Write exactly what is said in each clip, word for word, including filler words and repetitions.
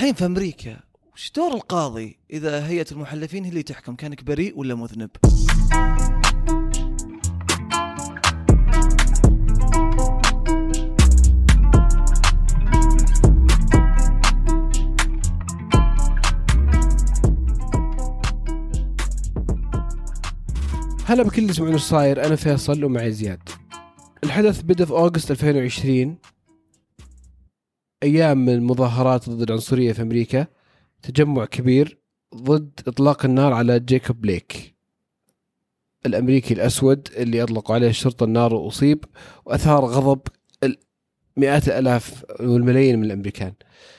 الحين في أمريكا وش دور القاضي إذا هيئة المحلفين هي اللي تحكم كانك بريء ولا مذنب؟ هلا بكل اللي يسمعون ايش صاير. انا فيصل ومعي زياد. الحدث بدأ في أغسطس ألفين وعشرين، ايام من المظاهرات ضد العنصريه في امريكا، تجمع كبير ضد اطلاق النار على جايكوب بليك الامريكي الاسود اللي اطلقوا عليه الشرطه النار واصيب، واثار غضب مئات الالاف والملايين من الامريكان.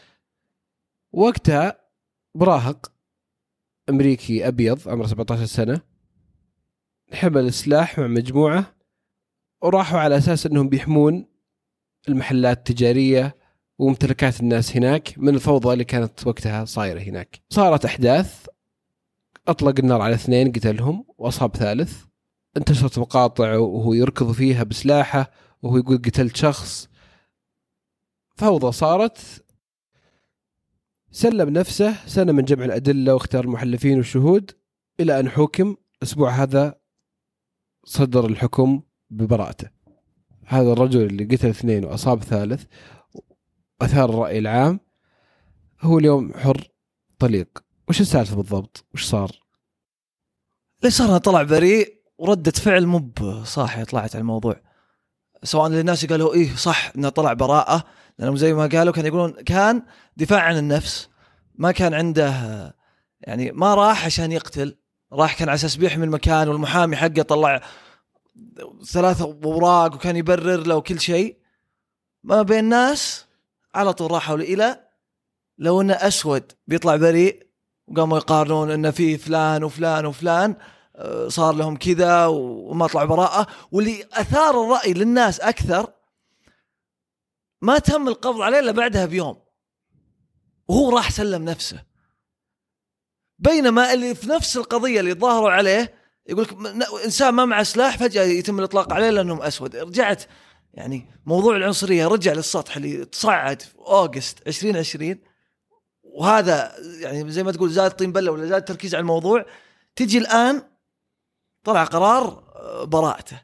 وقتها مراهق امريكي ابيض عمره سبعة عشر سنه حمل السلاح مع مجموعه وراحوا على اساس انهم بيحمون المحلات التجاريه وممتلكات الناس هناك من الفوضى اللي كانت وقتها صايره هناك. صارت احداث، اطلق النار على اثنين قتلهم واصاب ثالث، انتشرت مقاطع وهو يركض فيها بسلاحه وهو يقول قتلت شخص. فوضى صارت. سلم نفسه سنه من جمع الادله واختار المحلفين والشهود الى ان حكم. الاسبوع هذا صدر الحكم ببراءته. هذا الرجل اللي قتل اثنين واصاب ثالث أثار الرأي العام هو اليوم حر طليق. وش السالفة بالضبط؟ وش صار؟ اللي صار طلع بريء وردة فعل مب صاحي طلعت على الموضوع، سواء للناس قالوا إيه صح إنه طلع براءة، لأنهم زي ما قالوا كانوا يقولون كان دفاع عن النفس، ما كان عنده يعني ما راح عشان يقتل، راح كان على أساس بيحمي المكان، والمحامي حقه طلع ثلاثة أوراق وكان يبرر له كل شيء. ما بين الناس على طول راحوا إلى لو إنه أسود بيطلع بريء، وقاموا يقارنون إنه فيه فلان وفلان وفلان صار لهم كذا وما طلع براءة. واللي أثار الرأي للناس أكثر ما تم القبض عليه إلا بعدها بيوم وهو راح سلم نفسه، بينما اللي في نفس القضية اللي ظاهروا عليه يقولك إنسان ما معه سلاح فجأة يتم الإطلاق عليه لأنهم أسود. رجعت يعني موضوع العنصرية رجع للسطح اللي تصعد في أغسطس عشرين عشرين، وهذا يعني زي ما تقول زاد طين بلة ولا زاد تركيز على الموضوع. تجي الآن طلع قرار براءته.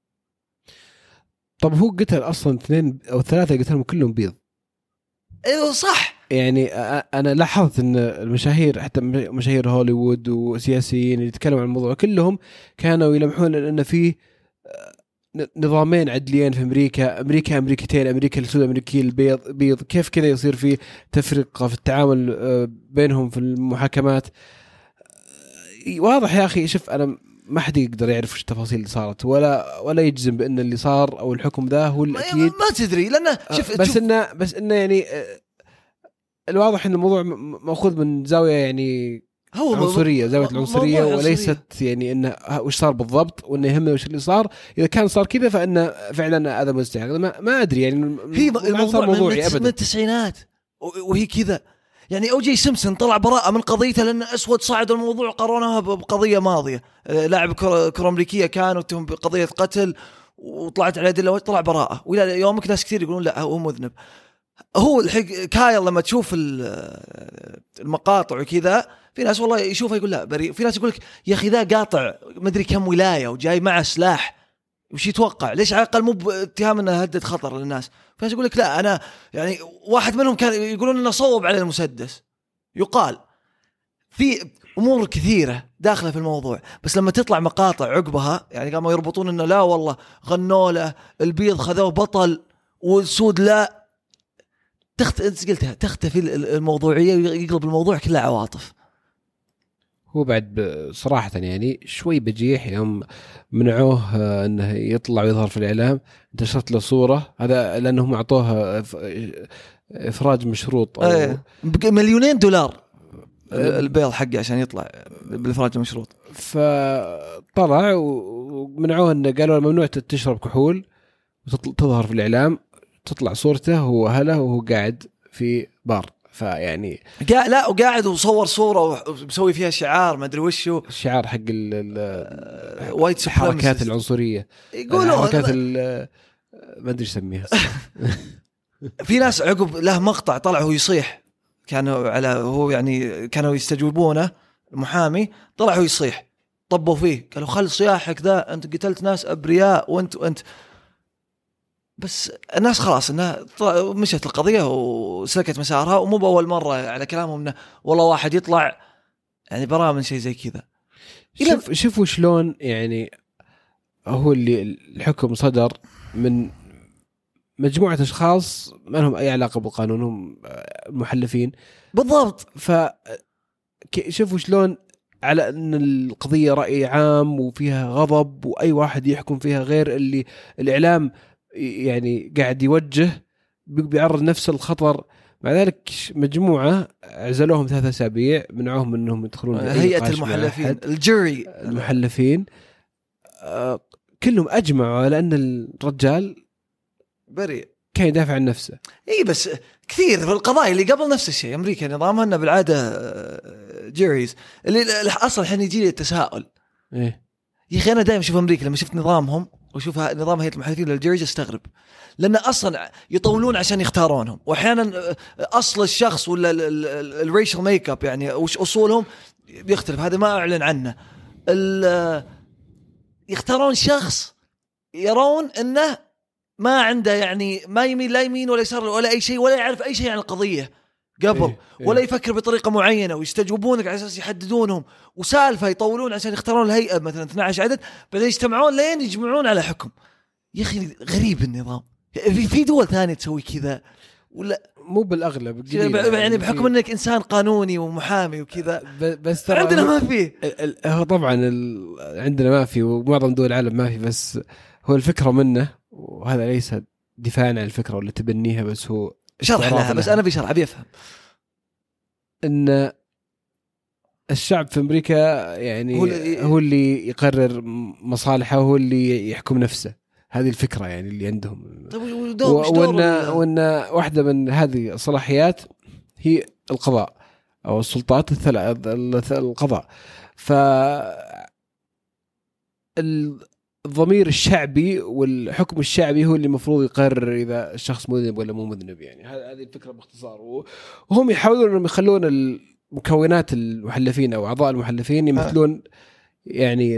طب هو قتل أصلا اثنين أو ثلاثة قتلهم كلهم بيض. ايوه صح. يعني أنا لاحظت أن المشاهير حتى مشاهير هوليوود وسياسيين اللي يتكلموا عن الموضوع كلهم كانوا يلمحون أن فيه نظامين عدليين في أمريكا، أمريكا أمريكتين، أمريكا السود أمريكا البيض بيض. كيف كذا يصير في تفرقة في التعامل بينهم في المحاكمات؟ واضح يا أخي. شوف أنا ما حد يقدر يعرف وش التفاصيل اللي صارت ولا ولا يجزم بأن اللي صار أو الحكم ذا هو الأكيد. ما تدري لأنه شوف بس إنه بس إنه يعني الواضح إن الموضوع مأخوذ من زاوية يعني هو عنصرية، زاوية العنصرية وليست يعني إنه وش صار بالضبط وإنه يهمه وش اللي صار. إذا كان صار كذا فإنه فعلا هذا مستحق. ما ما أدري يعني. هي الموضوع موضوعي أبدا من التسعينات وهي كذا. يعني أوجي سيمسون طلع براءة من قضيته لأن أسود صعد الموضوع قارنها بقضية ماضية، لاعب كرة أمريكية كانوا تهم بقضية قتل وطلعت على أدلة وطلع براءة، وإلى يومك ناس كثير يقولون لا هو مذنب. هو الحق كايل لما تشوف المقاطع وكذا في ناس والله يشوفه يقول لا بريء، في ناس يقولك يا أخي ذا قاطع مدري كم ولاية وجاي معه سلاح وش يتوقع، ليش على الأقل مو باتهام أنه هدد خطر للناس. في ناس يقولك لا أنا يعني واحد منهم كان يقولون أنه صوب على المسدس. يقال في أمور كثيرة داخلة في الموضوع، بس لما تطلع مقاطع عقبها يعني قاموا يربطون أنه لا والله غنولة البيض خذوه بطل والسود لا، تخت... قلتها تختفي الموضوعية ويقلب الموضوع كله عواطف. هو بعد صراحة يعني شوي بجيح يوم منعوه أنه يطلع ويظهر في الإعلام. انتشرت له صورة هذا لأنهم أعطوه إفراج مشروط أو أيه. مليونين دولار البيض حقه عشان يطلع بالإفراج المشروط. فطلع ومنعوه أنه قالوا ممنوع تشرب كحول وتظهر في الإعلام. تطلع صورته هو أهله وهو قاعد في بار. فيعني قاعد لا وقاعد وصور صورة ومسوي فيها شعار ما أدري وشو الشعار حق ال حركات العنصرية يقولون حركات ما أدري يسميها. في ناس عقب له مقطع طلع هو يصيح كانوا على هو يعني كانوا يستجوبونه المحامي طلع هو يصيح طبوا فيه قالوا خل صياحك ذا أنت قتلت ناس أبرياء وأنت وأنت بس الناس خلاص انها مشت القضيه وسلكت مسارها ومو باول مره على كلامهم انه والله واحد يطلع يعني برا من شيء زي كذا. شوف شوفوا شلون يعني هو اللي الحكم صدر من مجموعه اشخاص ما لهم اي علاقه بالقانون هم محلفين بالضبط. ف شوفوا شلون على ان القضيه راي عام وفيها غضب واي واحد يحكم فيها غير اللي الاعلام يعني قاعد يوجه بيعرض نفس الخطر. مع ذلك مجموعة عزلوهم ثلاثة أسابيع منعوهم أنهم يدخلون هيئة المحلفين الجوري المحلفين آه كلهم أجمعوا على أن الرجال بريء كان يدافع عن نفسه. إيه بس كثير في القضايا اللي قبل نفس الشيء أمريكا نظامها أنه بالعادة جيريز اللي أصلا الحين يجي لي التساؤل إيه يا أخي أنا دائما أشوف أمريكا لما شفت نظامهم وشوف نظام هيئة المحلفين للجيريز استغرب لأن أصلا يطولون عشان يختارونهم وأحيانا أصل الشخص ولا الريشل ميك اب يعني وش أصولهم بيختلف هذا ما أعلن عنه. يختارون شخص يرون أنه ما عنده يعني ما يميل لا يمين ولا يسار ولا أي شيء ولا يعرف أي شيء عن القضية قبل إيه إيه. ولا يفكر بطريقة معينة ويستجوبونك على أساس يحددونهم وسالفة يطولون عشان يختارون الهيئة مثلا اثنا عشر عدد بعدين يجتمعون لين يجمعون على حكم. يا أخي غريب النظام. في دول ثانية تسوي كذا ولا مو بالأغلب يعني بحكم أنك إنسان قانوني ومحامي وكذا بس عندنا ما فيه. هو طبعا عندنا ما فيه ومعظم دول العالم ما فيه بس هو الفكرة منه وهذا ليس دفاعا عن الفكرة ولا تبنيها بس هو شرح لها بس أنا بشرح بيفهم إن الشعب في أمريكا يعني هو اللي, هو اللي يقرر مصالحه وهو اللي يحكم نفسه. هذه الفكرة يعني اللي عندهم وأن وأن واحدة من هذه الصلاحيات هي القضاء أو السلطات الثلاث القضاء. فالضمير الشعبي والحكم الشعبي هو اللي مفروض يقرر إذا الشخص مذنب ولا مو مذنب. يعني هذه الفكرة باختصار وهم يحاولون أنهم يخلون المكونات المحلفين أو أعضاء المحلفين يمثلون يعني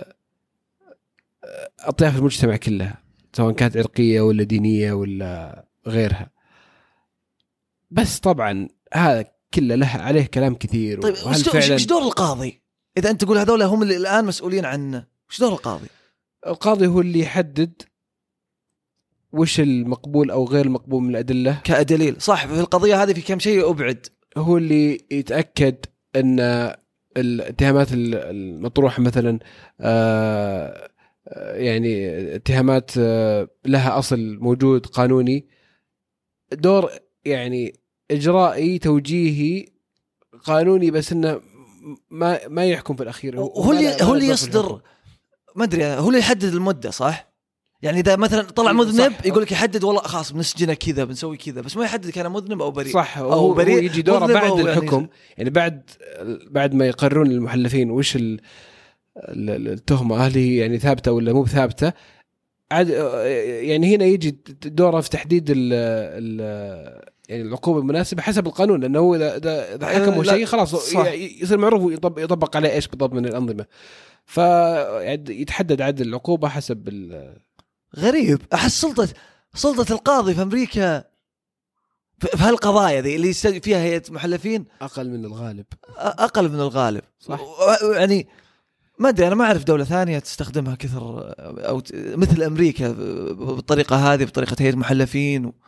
أطياف المجتمع كلها سواء كانت عرقية ولا دينية ولا غيرها. بس طبعا هذا كله له عليه كلام كثير. طيب وش دور القاضي إذا أنت تقول هذول هم اللي الآن مسؤولين عنه؟ وش دور القاضي؟ القاضي هو اللي يحدد وش المقبول أو غير المقبول من الأدلة كأدليل. صح في القضية هذه في كم شيء أبعد. هو اللي يتأكد أن الاتهامات المطروحة مثلا آه يعني اتهامات لها أصل موجود قانوني. دور يعني إجرائي توجيهي قانوني بس إنه ما ما يحكم في الأخير. هو اللي هو اللي يصدر ما أدري هو اللي يحدد المدة صح. يعني إذا مثلا طلع مذنب يقول لك يحدد والله خلاص بنسجنه كذا بنسوي كذا بس ما يحدد كان مذنب أو بريء. صح أو بريء. هو يجي دوره بعد الحكم يعني, يعني بعد بعد ما يقررون المحلفين وش ال التهمة هل هي يعني ثابتة ولا مو ثابتة عاد يعني هنا يجي دوره في تحديد ال ال يعني العقوبة المناسبة حسب القانون لأنه هو إذا إذا حكموا شيء خلاص يصير معروف يطبق, يطبق عليه إيش بالضبط من الأنظمة فيتحدد عدد العقوبة حسب ال. غريب أحس سلطة سلطة القاضي في أمريكا في هالقضايا ذي اللي فيها هيئة محلفين أقل من الغالب أقل من الغالب صح. يعني ما أدري أنا ما أعرف دولة ثانية تستخدمها كثر أو مثل أمريكا بالطريقة هذه بطريقة هيئة محلفين و...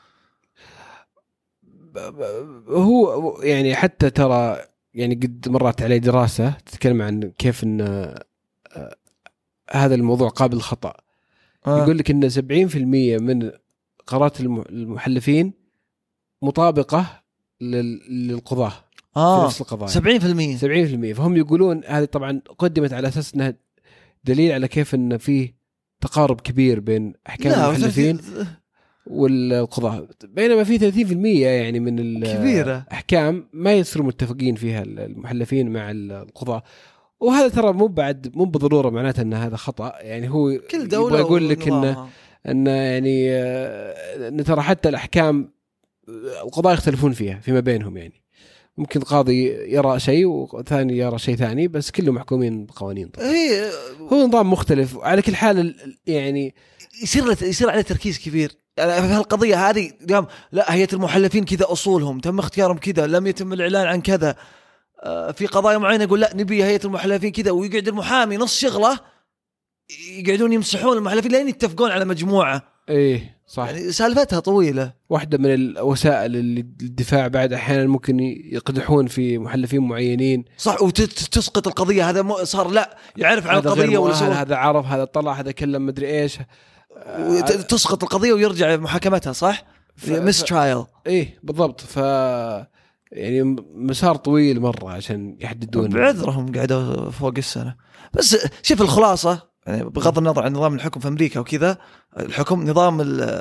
هو يعني حتى ترى يعني قد مرت علي دراسة تتكلم عن كيف إن هذا الموضوع قابل للخطأ. آه. يقول لك إن سبعين في المية من قرارات المحلفين مطابقة للقضاء آه. في نفس القضايا سبعين في المية سبعين في المية فهم يقولون هذه طبعا قدمت على أساس أنها دليل على كيف إن فيه تقارب كبير بين أحكام المحلفين والقضاء بينما في ثلاثين في المية يعني من الأحكام ما يصيروا متفقين فيها المحلفين مع القضاء. وهذا ترى مو بعد مو بالضرورة معناته أن هذا خطأ يعني هو كل دولة يقول لك إنه إن يعني إن ترى حتى الأحكام القضاء يختلفون فيها فيما بينهم يعني ممكن قاضي يرى شيء وثاني يرى شيء ثاني، بس كلهم محكومين بقوانين. هي هو نظام مختلف على كل حال. يعني يصير يصير عليه تركيز كبير يعني في هالقضية هذه. اليوم لا، هيئة المحلفين كذا أصولهم تم اختيارهم كذا، لم يتم الإعلان عن كذا. في قضايا معينة يقول لا نبي هيئة المحلفين كذا، ويقعد المحامي نص شغله يقعدون يمسحون المحلفين لين يتفقون على مجموعة. إيه صح، يعني سالفتها طويلة. واحدة من الوسائل اللي الدفاع بعد أحيانا ممكن يقدحون في محلفين معينين. صح، وتسقط القضية. هذا صار لا يعرف عن القضية ولا هذا عرف، هذا طلع، هذا كلم مدري إيش، وتسقط القضية ويرجع محاكمتها. صح، في ميس ترايل. إيه بالضبط. ف يعني مسار طويل مرة عشان يحددون. بعذرهم قاعدوا فوق السنة. بس شوف الخلاصة، يعني بغض النظر عن نظام الحكم في أمريكا وكذا، الحكم نظام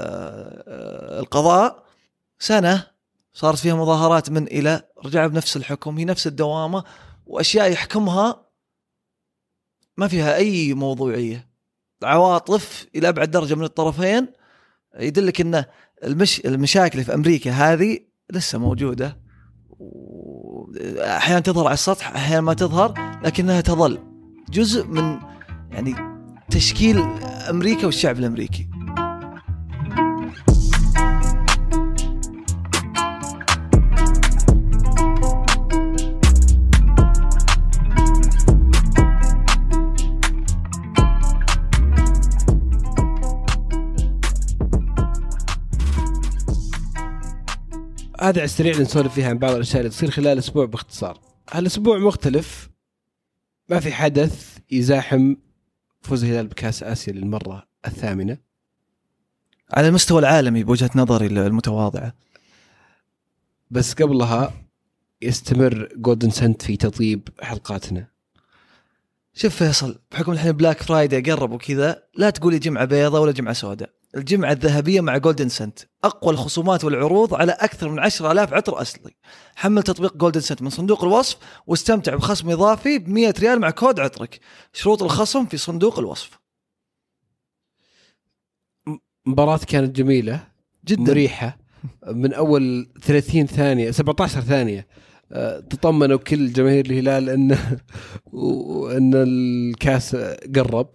القضاء سنة صارت فيها مظاهرات من إلى، رجع بنفس الحكم، هي نفس الدوامة، وأشياء يحكمها ما فيها أي موضوعية، عواطف إلى أبعد درجة من الطرفين. يدلك أن المش... المشاكل في أمريكا هذه لسه موجودة، أحيانا تظهر على السطح، أحيانا ما تظهر، لكنها تظل جزء من يعني تشكيل أمريكا والشعب الأمريكي. هذا على السريع نسولف فيها عن بعض الأشياء اللي تصير خلال أسبوع باختصار. هالأسبوع مختلف، ما في حدث يزاحم فوز الهلال بكأس آسيا للمرة الثامنة على المستوى العالمي بوجهة نظري المتواضعة. بس قبلها يستمر جولدن سنت في تطيب حلقاتنا. شوف فيصل، بحكم الحين بلاك فرايدي قرب وكذا، لا تقولي جمعة بيضاء ولا جمعة سوداء. الجمعة الذهبية مع جولدن سنت، أقوى الخصومات والعروض على أكثر من عشرة آلاف عطر أصلي. حمل تطبيق جولدن سنت من صندوق الوصف واستمتع بخصم إضافي بمية ريال مع كود عطرك. شروط الخصم في صندوق الوصف. مباراة كانت جميلة جدا، مريحة من أول ثلاثين ثانية سبعة عشر ثانية. تطمنوا كل جماهير الهلال أن أن الكاس قرب.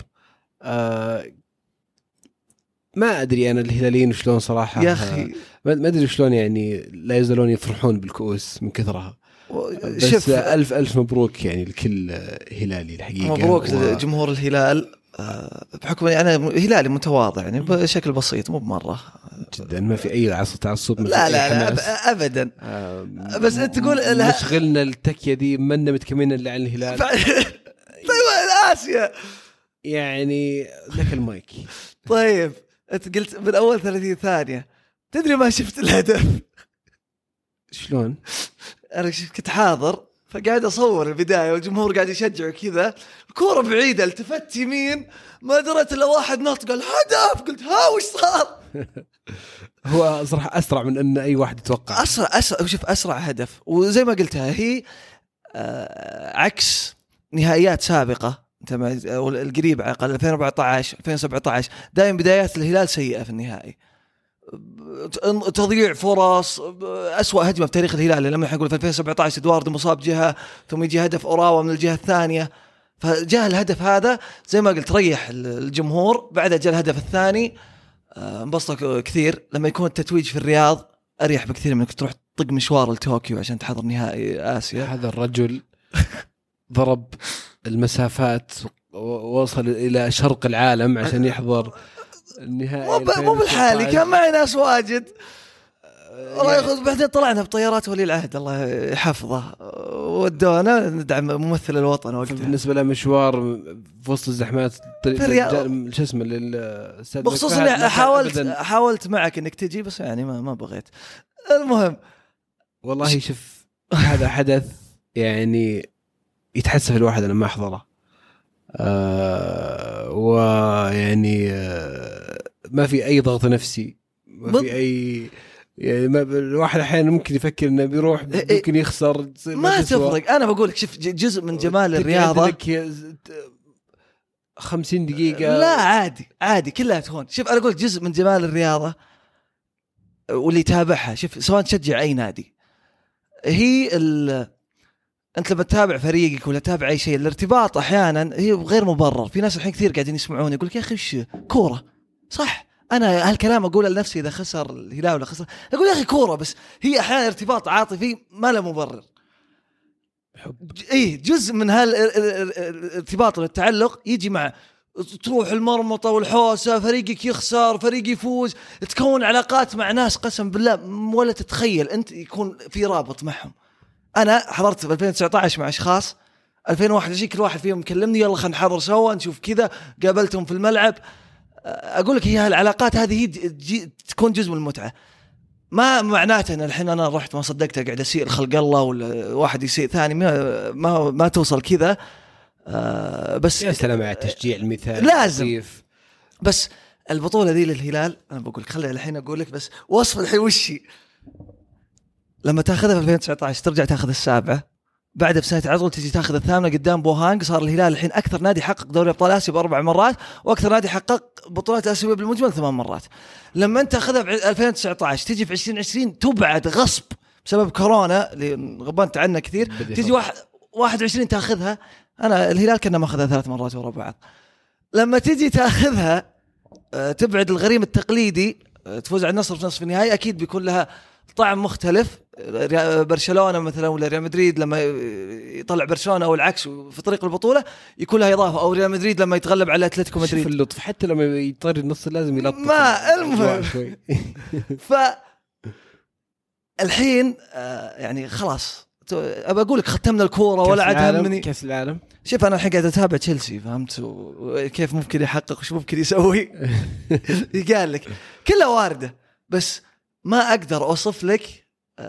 ما أدري أنا الهلاليين شلون صراحة يا أخي، ما أدري شلون يعني لا يزالون يفرحون بالكؤوس من كثرها. بس شوف، ألف ألف مبروك يعني لكل هلالي الحقيقة. مبروك و... جمهور الهلال. بحكم أنا هلالي متواضع يعني بشكل بسيط، مو بمرة جدا، ما في أي عصا تعصب. لا لا لا أبدا. بس أنت تقول مشغلنا التكية دي منا متكمين اللي عن الهلال. طيب الآسيا يعني لك المايك. طيب أنت قلت من أول ثلاثين ثانية، تدري ما شفت الهدف؟ شلون؟ أنا كنت حاضر فقاعد أصور البداية والجمهور قاعد يشجع كذا، الكورة بعيدة، التفت يمين ما درت إلا واحد نط قال هدف، قلت ها وش صار؟ هو صراحة أسرع من أن أي واحد يتوقع. أسرع أسرع وشوف أسرع هدف. وزي ما قلتها هي آه عكس نهائيات سابقة القريب على ألفين وأربعة عشر ألفين وسبعة عشر، دائما بدايات الهلال سيئة في النهائي، تضييع فرص. أسوأ هجمة في تاريخ الهلال لما نقول في ألفين وسبعة عشر إدواردو مصاب جهة، ثم يجي هدف أوراوا من الجهة الثانية، فجاء الهدف هذا زي ما قلت ريح الجمهور. بعدها جاء الهدف الثاني انبسطوا كثير. لما يكون التتويج في الرياض أريح بكثير من انك تروح طق مشوار لطوكيو عشان تحضر نهائي آسيا. هذا الرجل ضرب المسافات ووصل إلى شرق العالم عشان يحضر النهائي. مو بالحالي، كان معي ناس واجد الله ياخذ. بعدين طلعنا بطيارات ولي العهد الله يحفظه ودونا ندعم ممثل الوطن وقتها. بالنسبه له مشوار في وسط الزحمات شو اسمه للاستاذ. بخصوص اني حاولت حاولت معك انك تجي بس يعني ما ما بغيت. المهم والله شوف هذا حدث يعني يتحسف الواحد انا ما احضره. آه ويعني آه ما في اي ضغط نفسي، ما في اي يعني ما الواحد احيانا ممكن يفكر انه بيروح ممكن يخسر ما, ما تفرق. انا بقول لك شوف جزء من جمال الرياضه خمسين دقيقه لا عادي عادي كلها تهون. شوف انا اقول جزء من جمال الرياضه واللي يتابعها، شوف سواء تشجع اي نادي هي ال... انت لما تتابع فريقك ولا تتابع اي شيء الارتباط احيانا هي غير مبرر. في ناس الحين كثير قاعدين يسمعوني يقول لك يا اخي وش كوره صح، انا هالكلام اقوله لنفسي اذا خسر الهلال ولا خسر اقول يا اخي كوره، بس هي احيانا ارتباط عاطفي ما له مبرر. ايه جزء من هالارتباط والتعلق يجي مع تروح المرمطة والحوسة، فريقك يخسر فريق يفوز، تكون علاقات مع ناس قسم بالله ولا تتخيل أنت يكون في رابط معهم. أنا حضرت في ألفين وتسعة عشر مع أشخاص ألفين وواحد وعشرين كل واحد فيهم كلمني يلا خلينا نحضر سوا نشوف كذا، قابلتهم في الملعب. أقول لك هي العلاقات هذه هي تكون جزء من المتعة. ما معناته ان الحين انا رحت ما صدقت قاعد اسيء الخلق الله ولا واحد يسيء ثاني، ما ما, ما توصل كذا. آه بس يا سلام على التشجيع المثالي لازم لطيف. بس البطولة ذي للهلال أنا بقول لك خلي الحين أقول لك بس وصف الحين وشي لما تأخذها في ألفين وتسعة عشر ترجع تأخذ السابعة، بعد بسنة عطل تجي تأخذ الثامنة قدام بوهانغ. صار الهلال الحين أكثر نادي حقق دوري أبطال آسيا بأربع مرات، وأكثر نادي حقق بطولات آسيوية بالمجمل ثمان مرات. لما أنت أخذها في ألفين وتسعة عشر تجي في عشرين عشرين تبعد غصب بسبب كورونا اللي غبنت عنه كثير، تجي واحد واحد وعشرين تأخذها. أنا الهلال كنا ما أخذها ثلاث مرات ورا بعض. لما تجي تأخذها تبعد الغريم التقليدي، تفوز على النصر في نصف النهائي أكيد بيكون لها طعم مختلف. برشلونة مثلا ولا ريال مدريد لما يطلع برشلونة أو العكس في طريق البطولة يكون لها إضافة، أو ريال مدريد لما يتغلب على أتلتيكو مدريد. شوف اللطف حتى لما يطير النص لازم يلطف ما المهم ف الحين يعني خلاص أبى أقولك ختمنا الكورة ولا عاد همني كأس العالم. شوف أنا الحين قاعد أتابع تشيلسي، فهمت كيف ممكن يحقق وش ممكن يسوي. يقال لك كلها واردة، بس ما أقدر أوصف لك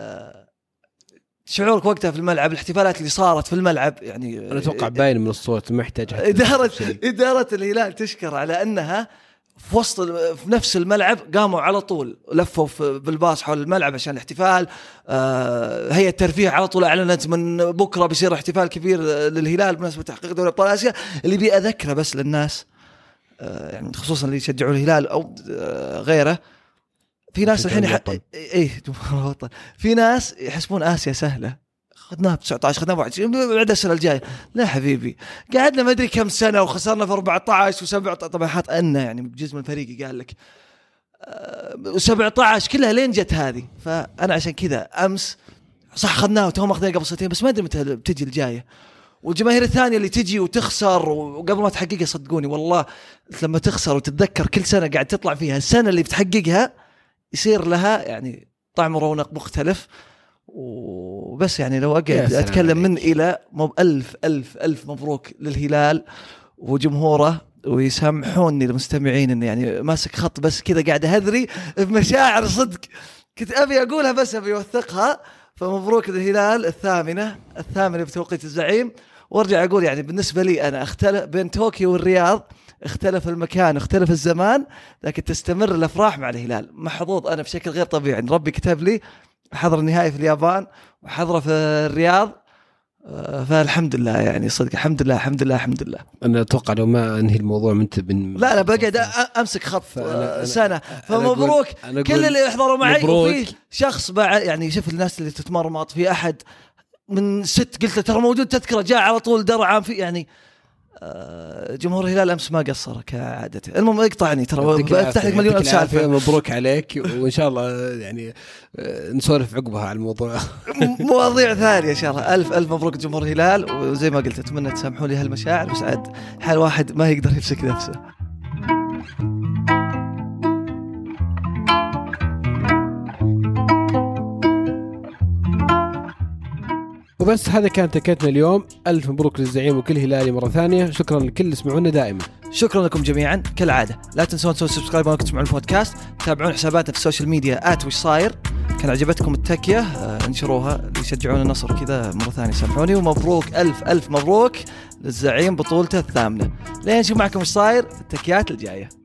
شعورك وقتها في الملعب، الاحتفالات اللي صارت في الملعب. يعني أنا أتوقع باين من الصوت ما يحتاج إدارة إدارة الهلال تشكر على أنها في وسط في نفس الملعب قاموا على طول لفوا بالباص حول الملعب عشان الاحتفال. آه هي الترفيه على طول أعلنت من بكرة بيصير احتفال كبير للهلال بمناسبة تحقيق دوري أبطال آسيا. اللي بي أذكره بس للناس آه يعني خصوصا اللي يشجعوا الهلال أو آه غيره، في ناس الحين يح... إيه جمهور الوطن، في ناس يحسبون آسيا سهلة، خدناها ب تسعة عشر خدناها ب واحد وعشرين بعد السنة الجاية. لا حبيبي قعدنا ما أدري كم سنة وخسرنا في أربعة عشر وسبعة طبعا حاط أن يعني جزء من الفريق قال لك وسبعة عشر كلها لين جت هذه. فأنا عشان كذا أمس صح خدناها وتهم أخذنا قبل سنتين، بس ما أدري متى بتجي الجاية. والجماهير الثانية اللي تجي وتخسر وقبل ما تحققها صدقوني والله لما تخسر وتتذكر كل سنة قاعد تطلع فيها السنة اللي بتحققها يصير لها يعني طعم ورونق مختلف. وبس يعني لو أقعد أتكلم من إلى مب ألف ألف ألف مبروك للهلال وجمهوره، ويسامحوني المستمعين إني يعني ماسك خط بس كذا قاعد أهذري بمشاعر صدق كنت أبي أقولها بس أبي أوثقها. فمبروك للهلال الثامنة الثامنة بتوقيت الزعيم. وارجع أقول يعني بالنسبة لي أنا اختلف بين طوكيو والرياض، اختلف المكان اختلف الزمان، لكن تستمر الأفراح مع الهلال. محظوظ أنا بشكل غير طبيعي، ربي كتب لي حضر النهائي في اليابان وحضره في الرياض، فالحمد لله يعني صدق الحمد لله الحمد لله الحمد لله. أنا أتوقع لو ما أنهي الموضوع منت بن لا لا بقعد أمسك خط سنة. فمبروك كل اللي يحضروا معي. وفيه شخص بعد يعني شوف الناس اللي تتمرمط، في أحد من ست قلت ترى موجود تذكرة جاء على طول درعا في يعني جمهور الهلال أمس ما قصر كعادته. المهم اقطعني ترى بفتح لك مليون ألف سالفة. مبروك عليك وإن شاء الله يعني نسولف عقبها على الموضوع مواضيع ثانية إن شاء الله. ألف ألف مبروك جمهور الهلال، وزي ما قلت أتمنى تسامحوا لي هالمشاعر، بس عاد حال واحد ما يقدر يمسك نفسه. وبس هذا كانت تكتنا اليوم. ألف مبروك للزعيم وكل هلالي مرة ثانية. شكرا لكل اللي سمعونا دائما. شكرا لكم جميعا كالعادة. لا تنسون تسوون سبسكرايب وانكم تسمعون البودكاست. تابعون حساباتنا في السوشيال ميديا آت وش صاير. كان عجبتكم التكية انشروها ليشجعون النصر كذا مرة ثانية. سامحوني ومبروك ألف ألف مبروك للزعيم بطولته الثامنة. لين نشوف معكم وش صاير في التكيات الجاية.